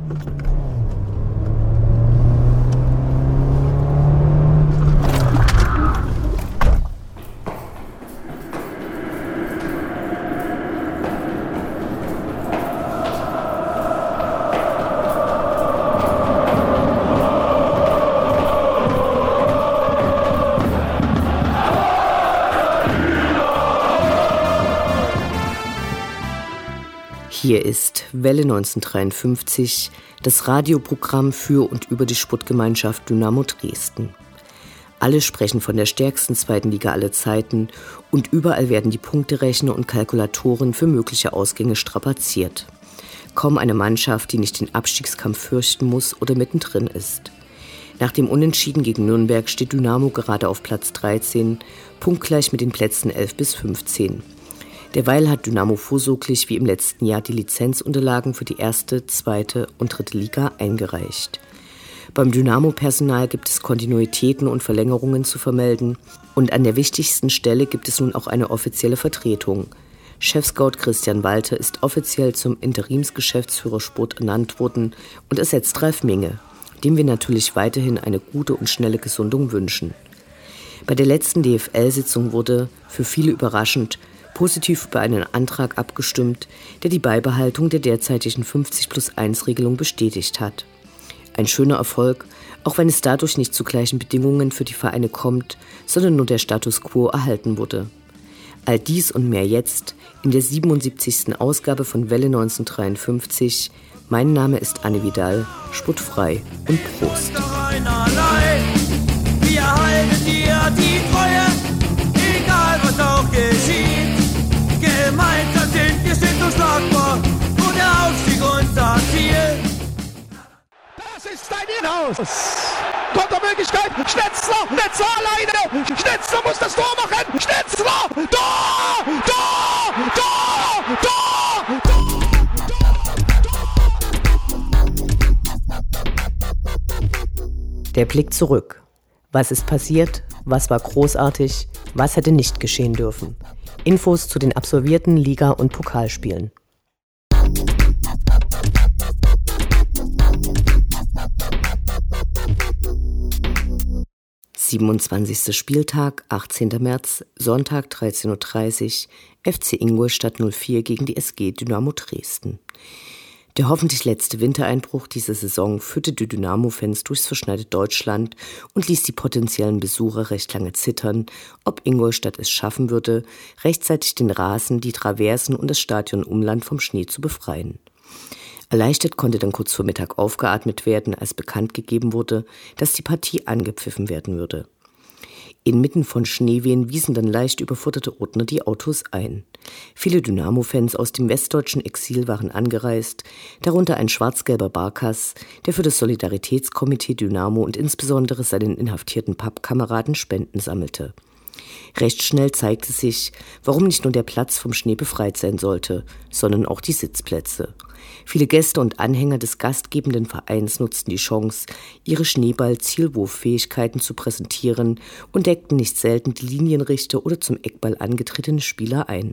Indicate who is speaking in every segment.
Speaker 1: Hier ist Welle 1953, das Radioprogramm für und über die Sportgemeinschaft Dynamo Dresden. Alle sprechen von der stärksten zweiten Liga aller Zeiten und überall werden die Punkterechner und Kalkulatoren für mögliche Ausgänge strapaziert. Kaum eine Mannschaft, die nicht den Abstiegskampf fürchten muss oder mittendrin ist. Nach dem Unentschieden gegen Nürnberg steht Dynamo gerade auf Platz 13, punktgleich mit den Plätzen 11 bis 15. Derweil hat Dynamo vorsorglich wie im letzten Jahr die Lizenzunterlagen für die erste, zweite und dritte Liga eingereicht. Beim Dynamo-Personal gibt es Kontinuitäten und Verlängerungen zu vermelden und an der wichtigsten Stelle gibt es nun auch eine offizielle Vertretung. Chefscout Christian Walter ist offiziell zum Interimsgeschäftsführer Sport ernannt worden und ersetzt Ralf Minge, dem wir natürlich weiterhin eine gute und schnelle Gesundung wünschen. Bei der letzten DFL-Sitzung wurde, für viele überraschend, positiv über einen Antrag abgestimmt, der die Beibehaltung der derzeitigen 50+1-Regelung bestätigt hat. Ein schöner Erfolg, auch wenn es dadurch nicht zu gleichen Bedingungen für die Vereine kommt, sondern nur der Status quo erhalten wurde. All dies und mehr jetzt in der 77. Ausgabe von Welle 1953. Mein Name ist Anne Vidal, sportfrei und Prost. Wir halten dir die Treue, egal was auch geschieht. Gemeinsam sind wir stets unschlagbar und der Aufstieg unser Ziel.
Speaker 2: Das ist dein Inhaus. Kontermöglichkeit, Schnetzler alleine. Schnetzler muss das Tor machen. Schnetzler, Tor.
Speaker 1: Der Blick zurück. Was ist passiert? Was war großartig? Was hätte nicht geschehen dürfen? Infos zu den absolvierten Liga- und Pokalspielen. 27. Spieltag, 18. März, Sonntag 13:30 Uhr, FC Ingolstadt 04 gegen die SG Dynamo Dresden. Der hoffentlich letzte Wintereinbruch dieser Saison führte die Dynamo-Fans durchs verschneite Deutschland und ließ die potenziellen Besucher recht lange zittern, ob Ingolstadt es schaffen würde, rechtzeitig den Rasen, die Traversen und das Stadionumland vom Schnee zu befreien. Erleichtert konnte dann kurz vor Mittag aufgeatmet werden, als bekannt gegeben wurde, dass die Partie angepfiffen werden würde. Inmitten von Schneewehen wiesen dann leicht überforderte Ordner die Autos ein. Viele Dynamo-Fans aus dem westdeutschen Exil waren angereist, darunter ein schwarz-gelber Barkas, der für das Solidaritätskomitee Dynamo und insbesondere seinen inhaftierten Pappkameraden Spenden sammelte. Recht schnell zeigte sich, warum nicht nur der Platz vom Schnee befreit sein sollte, sondern auch die Sitzplätze. Viele Gäste und Anhänger des gastgebenden Vereins nutzten die Chance, ihre Schneeball-Zielwurffähigkeiten zu präsentieren und deckten nicht selten die Linienrichter oder zum Eckball angetretene Spieler ein.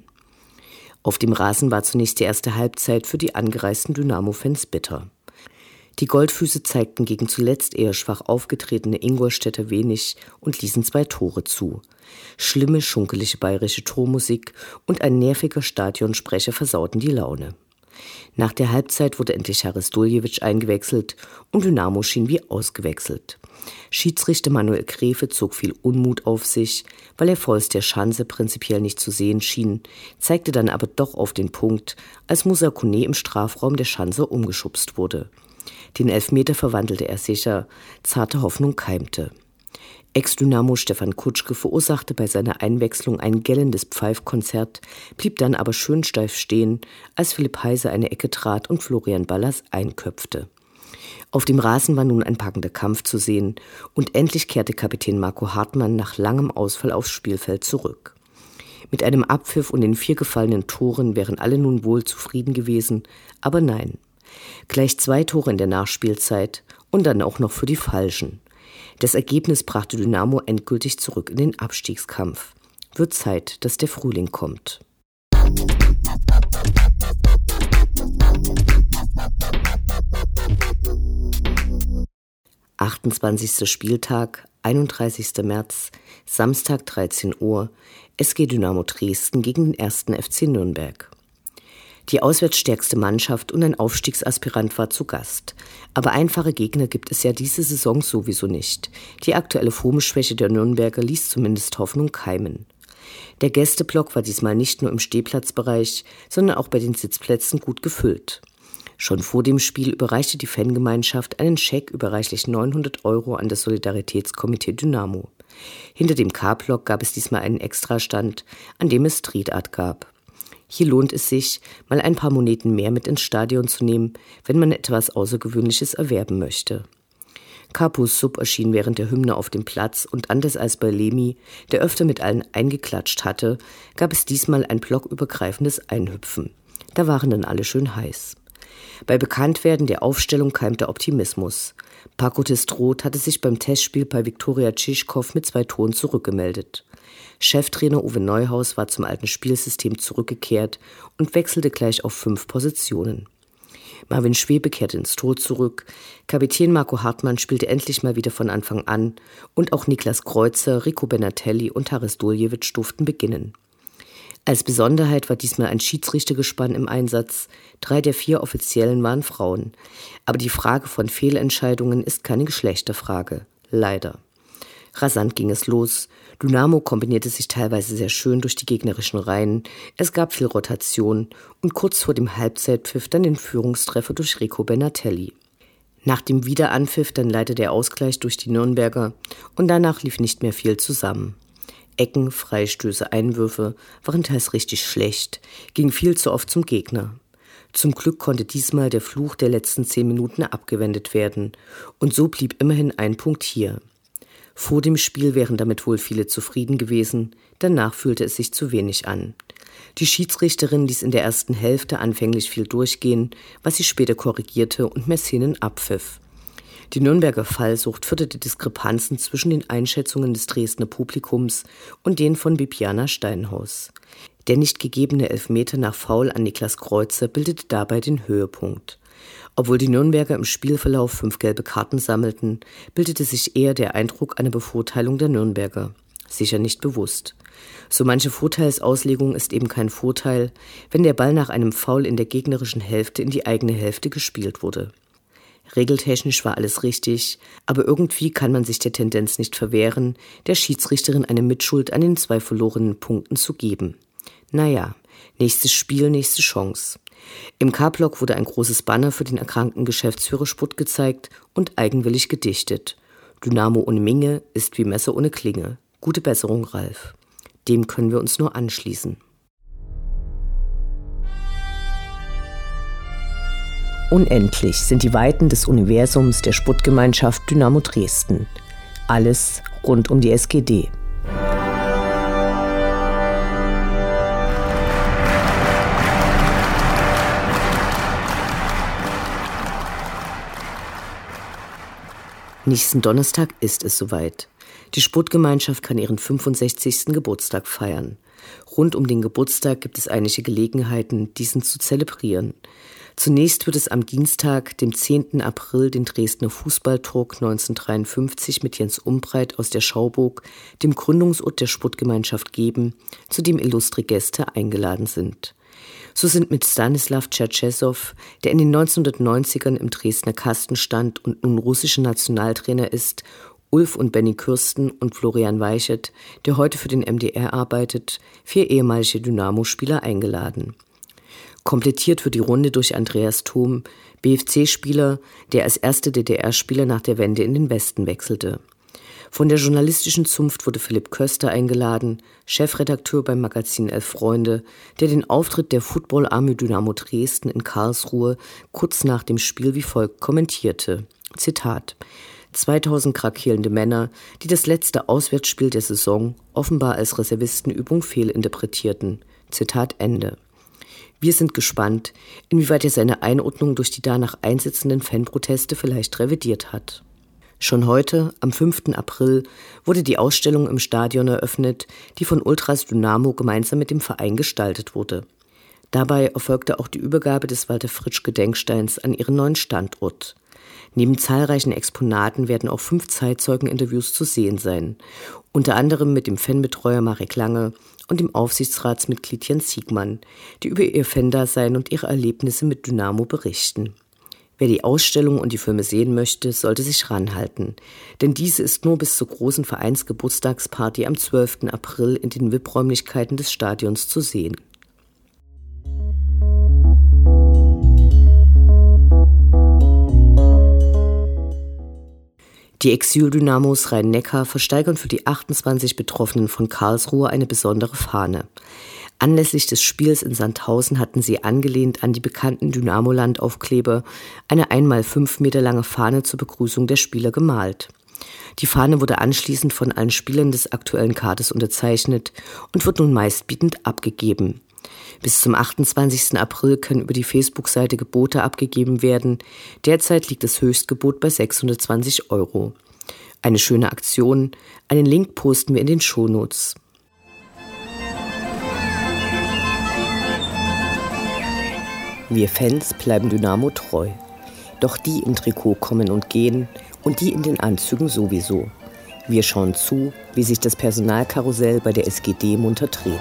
Speaker 1: Auf dem Rasen war zunächst die erste Halbzeit für die angereisten Dynamo-Fans bitter. Die Goldfüße zeigten gegen zuletzt eher schwach aufgetretene Ingolstädter wenig und ließen 2 Tore zu. Schlimme, schunkelige bayerische Tormusik und ein nerviger Stadionsprecher versauten die Laune. Nach der Halbzeit wurde endlich Haris Duljevic eingewechselt und Dynamo schien wie ausgewechselt. Schiedsrichter Manuel Gräfe zog viel Unmut auf sich, weil er Fouls der Schanze prinzipiell nicht zu sehen schien, zeigte dann aber doch auf den Punkt, als Musa Kone im Strafraum der Schanze umgeschubst wurde. Den Elfmeter verwandelte er sicher, zarte Hoffnung keimte. Ex-Dynamo Stefan Kutschke verursachte bei seiner Einwechslung ein gellendes Pfeifkonzert, blieb dann aber schön steif stehen, als Philipp Heise eine Ecke trat und Florian Ballas einköpfte. Auf dem Rasen war nun ein packender Kampf zu sehen und endlich kehrte Kapitän Marco Hartmann nach langem Ausfall aufs Spielfeld zurück. Mit einem Abpfiff und den 4 gefallenen Toren wären alle nun wohl zufrieden gewesen, aber nein. Gleich 2 Tore in der Nachspielzeit und dann auch noch für die Falschen. Das Ergebnis brachte Dynamo endgültig zurück in den Abstiegskampf. Wird Zeit, dass der Frühling kommt. 28. Spieltag, 31. März, Samstag 13 Uhr, SG Dynamo Dresden gegen den 1. FC Nürnberg. Die auswärtsstärkste Mannschaft und ein Aufstiegsaspirant war zu Gast. Aber einfache Gegner gibt es ja diese Saison sowieso nicht. Die aktuelle Formschwäche der Nürnberger ließ zumindest Hoffnung keimen. Der Gästeblock war diesmal nicht nur im Stehplatzbereich, sondern auch bei den Sitzplätzen gut gefüllt. Schon vor dem Spiel überreichte die Fangemeinschaft einen Scheck über reichlich 900 € an das Solidaritätskomitee Dynamo. Hinter dem K-Block gab es diesmal einen Extrastand, an dem es Street Art gab. Hier lohnt es sich, mal ein paar Moneten mehr mit ins Stadion zu nehmen, wenn man etwas Außergewöhnliches erwerben möchte. Capus Sub erschien während der Hymne auf dem Platz und anders als bei Lemi, der öfter mit allen eingeklatscht hatte, gab es diesmal ein blockübergreifendes Einhüpfen. Da waren dann alle schön heiß. Bei Bekanntwerden der Aufstellung keimte Optimismus. Paco Testroth hatte sich beim Testspiel bei Viktoria Tschitschkow mit 2 Toren zurückgemeldet. Cheftrainer Uwe Neuhaus war zum alten Spielsystem zurückgekehrt und wechselte gleich auf 5 Positionen. Marvin Schwebe kehrte ins Tor zurück, Kapitän Marco Hartmann spielte endlich mal wieder von Anfang an und auch Niklas Kreuzer, Rico Benatelli und Haris Duljevic durften beginnen. Als Besonderheit war diesmal ein Schiedsrichtergespann im Einsatz. 3 der 4 Offiziellen waren Frauen. Aber die Frage von Fehlentscheidungen ist keine Geschlechterfrage. Leider. Rasant ging es los. Dynamo kombinierte sich teilweise sehr schön durch die gegnerischen Reihen. Es gab viel Rotation und kurz vor dem Halbzeitpfiff dann den Führungstreffer durch Rico Benatelli. Nach dem Wiederanpfiff dann leider der Ausgleich durch die Nürnberger und danach lief nicht mehr viel zusammen. Ecken, Freistöße, Einwürfe waren teils richtig schlecht, ging viel zu oft zum Gegner. Zum Glück konnte diesmal der Fluch der letzten 10 Minuten abgewendet werden und so blieb immerhin ein Punkt hier. Vor dem Spiel wären damit wohl viele zufrieden gewesen, danach fühlte es sich zu wenig an. Die Schiedsrichterin ließ in der ersten Hälfte anfänglich viel durchgehen, was sie später korrigierte und mehr Szenen abpfiff. Die Nürnberger Fallsucht förderte Diskrepanzen zwischen den Einschätzungen des Dresdner Publikums und denen von Bibiana Steinhaus. Der nicht gegebene Elfmeter nach Foul an Niklas Kreuzer bildete dabei den Höhepunkt. Obwohl die Nürnberger im Spielverlauf 5 gelbe Karten sammelten, bildete sich eher der Eindruck einer Bevorteilung der Nürnberger. Sicher nicht bewusst. So manche Vorteilsauslegung ist eben kein Vorteil, wenn der Ball nach einem Foul in der gegnerischen Hälfte in die eigene Hälfte gespielt wurde. Regeltechnisch war alles richtig, aber irgendwie kann man sich der Tendenz nicht verwehren, der Schiedsrichterin eine Mitschuld an den 2 verlorenen Punkten zu geben. Naja, nächstes Spiel, nächste Chance. Im K-Block wurde ein großes Banner für den erkrankten Geschäftsführer Sputt gezeigt und eigenwillig gedichtet. Dynamo ohne Minge ist wie Messer ohne Klinge. Gute Besserung, Ralf. Dem können wir uns nur anschließen. Unendlich sind die Weiten des Universums der Sputtgemeinschaft Dynamo Dresden. Alles rund um die SGD. Nächsten Donnerstag ist es soweit. Die Sputtgemeinschaft kann ihren 65. Geburtstag feiern. Rund um den Geburtstag gibt es einige Gelegenheiten, diesen zu zelebrieren. Zunächst wird es am Dienstag, dem 10. April, den Dresdner Fußballtalk 1953 mit Jens Umbreit aus der Schauburg, dem Gründungsort der Sputtgemeinschaft, geben, zu dem illustre Gäste eingeladen sind. So sind mit Stanislav Tschetschesow, der in den 1990ern im Dresdner Kasten stand und nun russischer Nationaltrainer ist, Ulf und Benny Kürsten und Florian Weichert, der heute für den MDR arbeitet, 4 ehemalige Dynamo-Spieler eingeladen. Komplettiert wird die Runde durch Andreas Thom, BFC-Spieler, der als erster DDR-Spieler nach der Wende in den Westen wechselte. Von der journalistischen Zunft wurde Philipp Köster eingeladen, Chefredakteur beim Magazin 11 Freunde, der den Auftritt der Football Army Dynamo Dresden in Karlsruhe kurz nach dem Spiel wie folgt kommentierte. Zitat: 2000 krakierende Männer, die das letzte Auswärtsspiel der Saison offenbar als Reservistenübung fehlinterpretierten. Zitat Ende. Wir sind gespannt, inwieweit er seine Einordnung durch die danach einsetzenden Fanproteste vielleicht revidiert hat. Schon heute, am 5. April, wurde die Ausstellung im Stadion eröffnet, die von Ultras Dynamo gemeinsam mit dem Verein gestaltet wurde. Dabei erfolgte auch die Übergabe des Walter-Fritsch-Gedenksteins an ihren neuen Standort. Neben zahlreichen Exponaten werden auch 5 Zeitzeugen-Interviews zu sehen sein, unter anderem mit dem Fanbetreuer Marek Lange und dem Aufsichtsratsmitglied Jens Siegmann, die über ihr Fandasein und ihre Erlebnisse mit Dynamo berichten. Wer die Ausstellung und die Filme sehen möchte, sollte sich ranhalten, denn diese ist nur bis zur großen Vereinsgeburtstagsparty am 12. April in den VIP-Räumlichkeiten des Stadions zu sehen. Die Exil-Dynamos Rhein-Neckar versteigern für die 28 Betroffenen von Karlsruhe eine besondere Fahne. Anlässlich des Spiels in Sandhausen hatten sie angelehnt an die bekannten Dynamo-Landaufkleber eine 1x5 Meter lange Fahne zur Begrüßung der Spieler gemalt. Die Fahne wurde anschließend von allen Spielern des aktuellen Kaders unterzeichnet und wird nun meistbietend abgegeben. Bis zum 28. April können über die Facebook-Seite Gebote abgegeben werden. Derzeit liegt das Höchstgebot bei 620 €. Eine schöne Aktion. Einen Link posten wir in den Shownotes. Wir Fans bleiben Dynamo treu. Doch die im Trikot kommen und gehen und die in den Anzügen sowieso. Wir schauen zu, wie sich das Personalkarussell bei der SGD munter dreht.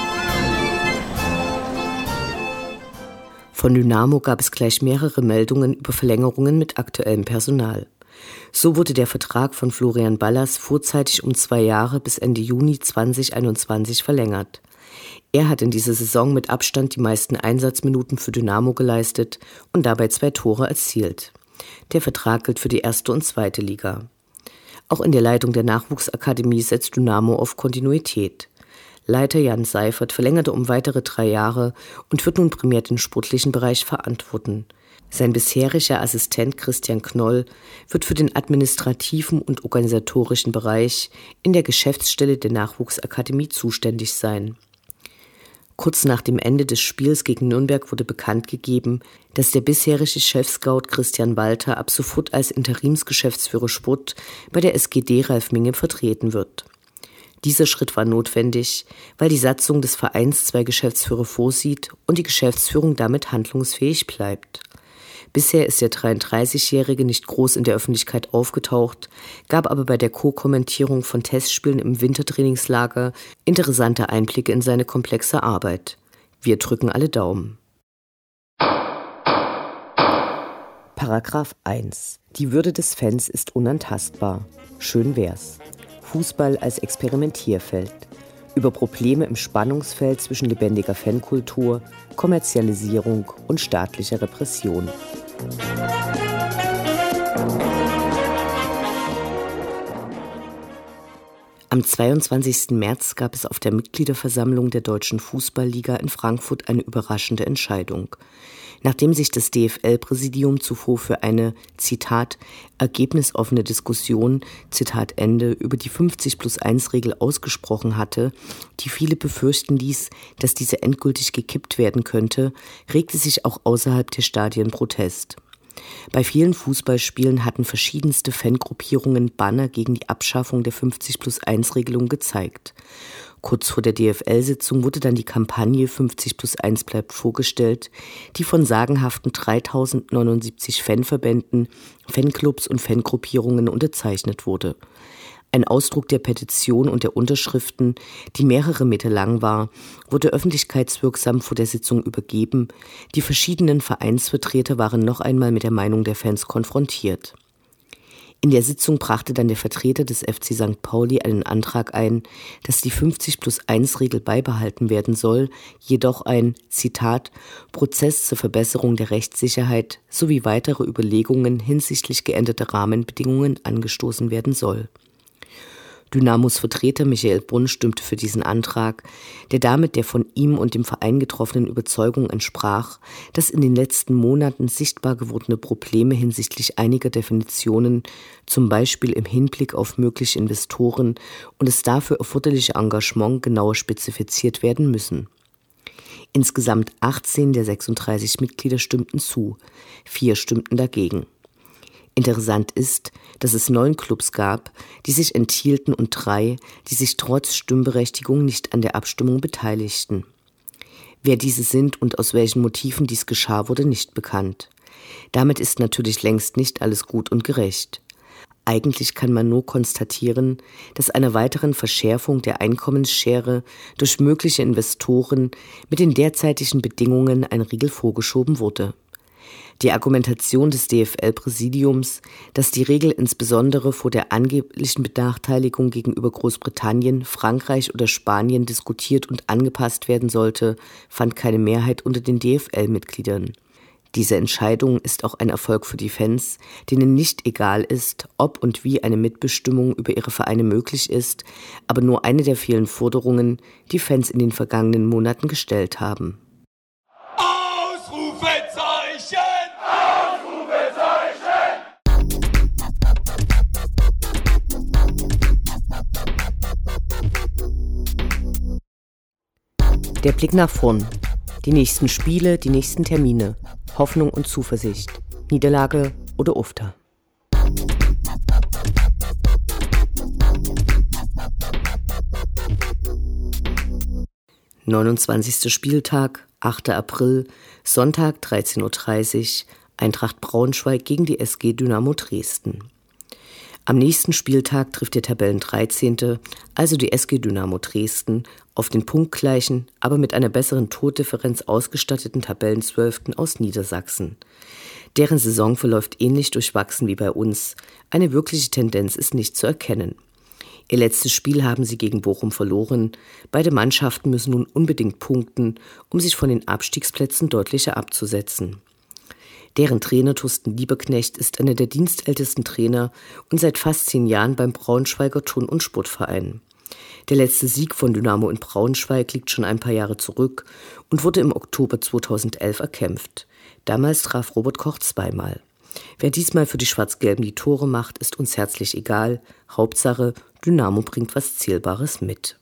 Speaker 1: Von Dynamo gab es gleich mehrere Meldungen über Verlängerungen mit aktuellem Personal. So wurde der Vertrag von Florian Ballas vorzeitig um 2 Jahre bis Ende Juni 2021 verlängert. Er hat in dieser Saison mit Abstand die meisten Einsatzminuten für Dynamo geleistet und dabei 2 Tore erzielt. Der Vertrag gilt für die 1. und 2. Liga. Auch in der Leitung der Nachwuchsakademie setzt Dynamo auf Kontinuität. Leiter Jan Seifert verlängerte um weitere 3 Jahre und wird nun primär den sportlichen Bereich verantworten. Sein bisheriger Assistent Christian Knoll wird für den administrativen und organisatorischen Bereich in der Geschäftsstelle der Nachwuchsakademie zuständig sein. Kurz nach dem Ende des Spiels gegen Nürnberg wurde bekannt gegeben, dass der bisherige Chefscout Christian Walter ab sofort als Interimsgeschäftsführer Sport bei der SGD Ralf Minge vertreten wird. Dieser Schritt war notwendig, weil die Satzung des Vereins 2 Geschäftsführer vorsieht und die Geschäftsführung damit handlungsfähig bleibt. Bisher ist der 33-Jährige nicht groß in der Öffentlichkeit aufgetaucht, gab aber bei der Co-Kommentierung von Testspielen im Wintertrainingslager interessante Einblicke in seine komplexe Arbeit. Wir drücken alle Daumen. Paragraph 1. Die Würde des Fans ist unantastbar. Schön wär's. Fußball als Experimentierfeld. Über Probleme im Spannungsfeld zwischen lebendiger Fankultur, Kommerzialisierung und staatlicher Repression. Am 22. März gab es auf der Mitgliederversammlung der Deutschen Fußballliga in Frankfurt eine überraschende Entscheidung. Nachdem sich das DFL-Präsidium zuvor für eine, Zitat, ergebnisoffene Diskussion, Zitat Ende, über die 50+1-Regel ausgesprochen hatte, die viele befürchten ließ, dass diese endgültig gekippt werden könnte, regte sich auch außerhalb der Stadien Protest. Bei vielen Fußballspielen hatten verschiedenste Fangruppierungen Banner gegen die Abschaffung der 50+1-Regelung gezeigt. Kurz vor der DFL-Sitzung wurde dann die Kampagne 50+1 bleibt vorgestellt, die von sagenhaften 3079 Fanverbänden, Fanclubs und Fangruppierungen unterzeichnet wurde. Ein Ausdruck der Petition und der Unterschriften, die mehrere Meter lang war, wurde öffentlichkeitswirksam vor der Sitzung übergeben. Die verschiedenen Vereinsvertreter waren noch einmal mit der Meinung der Fans konfrontiert. In der Sitzung brachte dann der Vertreter des FC St. Pauli einen Antrag ein, dass die 50+1-Regel beibehalten werden soll, jedoch ein, Zitat, Prozess zur Verbesserung der Rechtssicherheit sowie weitere Überlegungen hinsichtlich geänderter Rahmenbedingungen angestoßen werden soll. Dynamos Vertreter Michael Brunn stimmte für diesen Antrag, der damit der von ihm und dem Verein getroffenen Überzeugung entsprach, dass in den letzten Monaten sichtbar gewordene Probleme hinsichtlich einiger Definitionen, zum Beispiel im Hinblick auf mögliche Investoren und das dafür erforderliche Engagement genauer spezifiziert werden müssen. Insgesamt 18 der 36 Mitglieder stimmten zu, 4 stimmten dagegen. Interessant ist, dass es 9 Clubs gab, die sich enthielten und 3, die sich trotz Stimmberechtigung nicht an der Abstimmung beteiligten. Wer diese sind und aus welchen Motiven dies geschah, wurde nicht bekannt. Damit ist natürlich längst nicht alles gut und gerecht. Eigentlich kann man nur konstatieren, dass einer weiteren Verschärfung der Einkommensschere durch mögliche Investoren mit den derzeitigen Bedingungen ein Riegel vorgeschoben wurde. Die Argumentation des DFL-Präsidiums, dass die Regel insbesondere vor der angeblichen Benachteiligung gegenüber Großbritannien, Frankreich oder Spanien diskutiert und angepasst werden sollte, fand keine Mehrheit unter den DFL-Mitgliedern. Diese Entscheidung ist auch ein Erfolg für die Fans, denen nicht egal ist, ob und wie eine Mitbestimmung über ihre Vereine möglich ist, aber nur eine der vielen Forderungen, die Fans in den vergangenen Monaten gestellt haben.
Speaker 2: Ausrufezeichen!
Speaker 1: Der Blick nach vorn. Die nächsten Spiele, die nächsten Termine. Hoffnung und Zuversicht. Niederlage oder Ufter. (29. Spieltag, 8. April, Sonntag 13:30 Uhr, Eintracht Braunschweig gegen die SG Dynamo Dresden. Am nächsten Spieltag trifft der Tabellen 13., also die SG Dynamo Dresden, auf den punktgleichen, aber mit einer besseren Tordifferenz ausgestatteten Tabellenzwölften aus Niedersachsen. Deren Saison verläuft ähnlich durchwachsen wie bei uns. Eine wirkliche Tendenz ist nicht zu erkennen. Ihr letztes Spiel haben sie gegen Bochum verloren. Beide Mannschaften müssen nun unbedingt punkten, um sich von den Abstiegsplätzen deutlicher abzusetzen. Deren Trainer Thorsten Lieberknecht ist einer der dienstältesten Trainer und seit fast 10 Jahren beim Braunschweiger Turn- und Sportverein. Der letzte Sieg von Dynamo in Braunschweig liegt schon ein paar Jahre zurück und wurde im Oktober 2011 erkämpft. Damals traf Robert Koch zweimal. Wer diesmal für die Schwarz-Gelben die Tore macht, ist uns herzlich egal. Hauptsache, Dynamo bringt was Zählbares mit.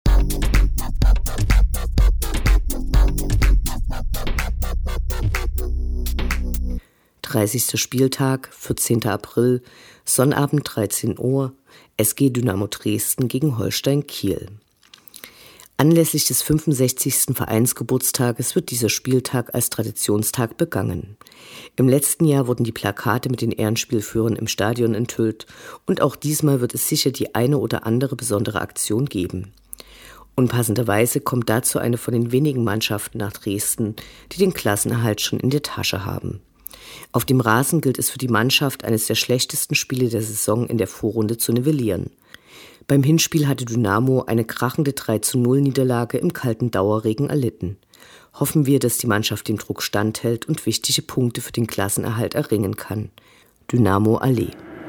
Speaker 1: (30. Spieltag, 14. April, Sonnabend 13 Uhr, SG Dynamo Dresden gegen Holstein Kiel. Anlässlich des 65. Vereinsgeburtstages wird dieser Spieltag als Traditionstag begangen. Im letzten Jahr wurden die Plakate mit den Ehrenspielführern im Stadion enthüllt und auch diesmal wird es sicher die eine oder andere besondere Aktion geben. Unpassenderweise kommt dazu eine von den wenigen Mannschaften nach Dresden, die den Klassenerhalt schon in der Tasche haben. Auf dem Rasen gilt es für die Mannschaft, eines der schlechtesten Spiele der Saison in der Vorrunde zu nivellieren. Beim Hinspiel hatte Dynamo eine krachende 3:0-Niederlage im kalten Dauerregen erlitten. Hoffen wir, dass die Mannschaft dem Druck standhält und wichtige Punkte für den Klassenerhalt erringen kann. Dynamo Allee.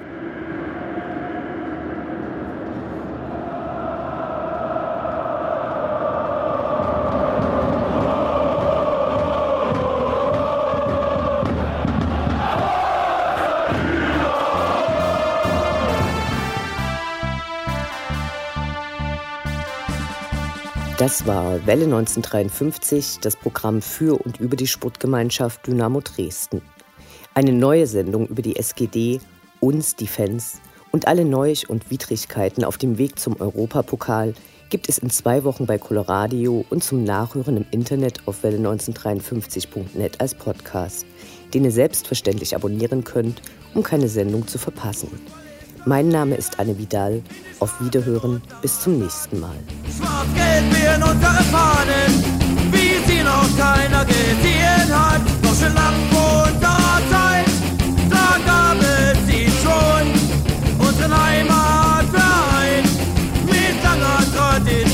Speaker 1: Das war Welle 1953, das Programm für und über die Sportgemeinschaft Dynamo Dresden. Eine neue Sendung über die SGD, uns, die Fans und alle Neuigkeiten und Widrigkeiten auf dem Weg zum Europapokal gibt es in 2 Wochen bei Coloradio und zum Nachhören im Internet auf welle1953.net als Podcast, den ihr selbstverständlich abonnieren könnt, um keine Sendung zu verpassen. Mein Name ist Anne Vidal. Auf Wiederhören, bis zum nächsten Mal.
Speaker 3: Schwarz-Gelb werden unsere Fahnen, wie sie noch keiner gesehen hat. Doch schon lang vor unserer Zeit, da gab es sie schon. Unseren Heimatverein mit langer Tradition.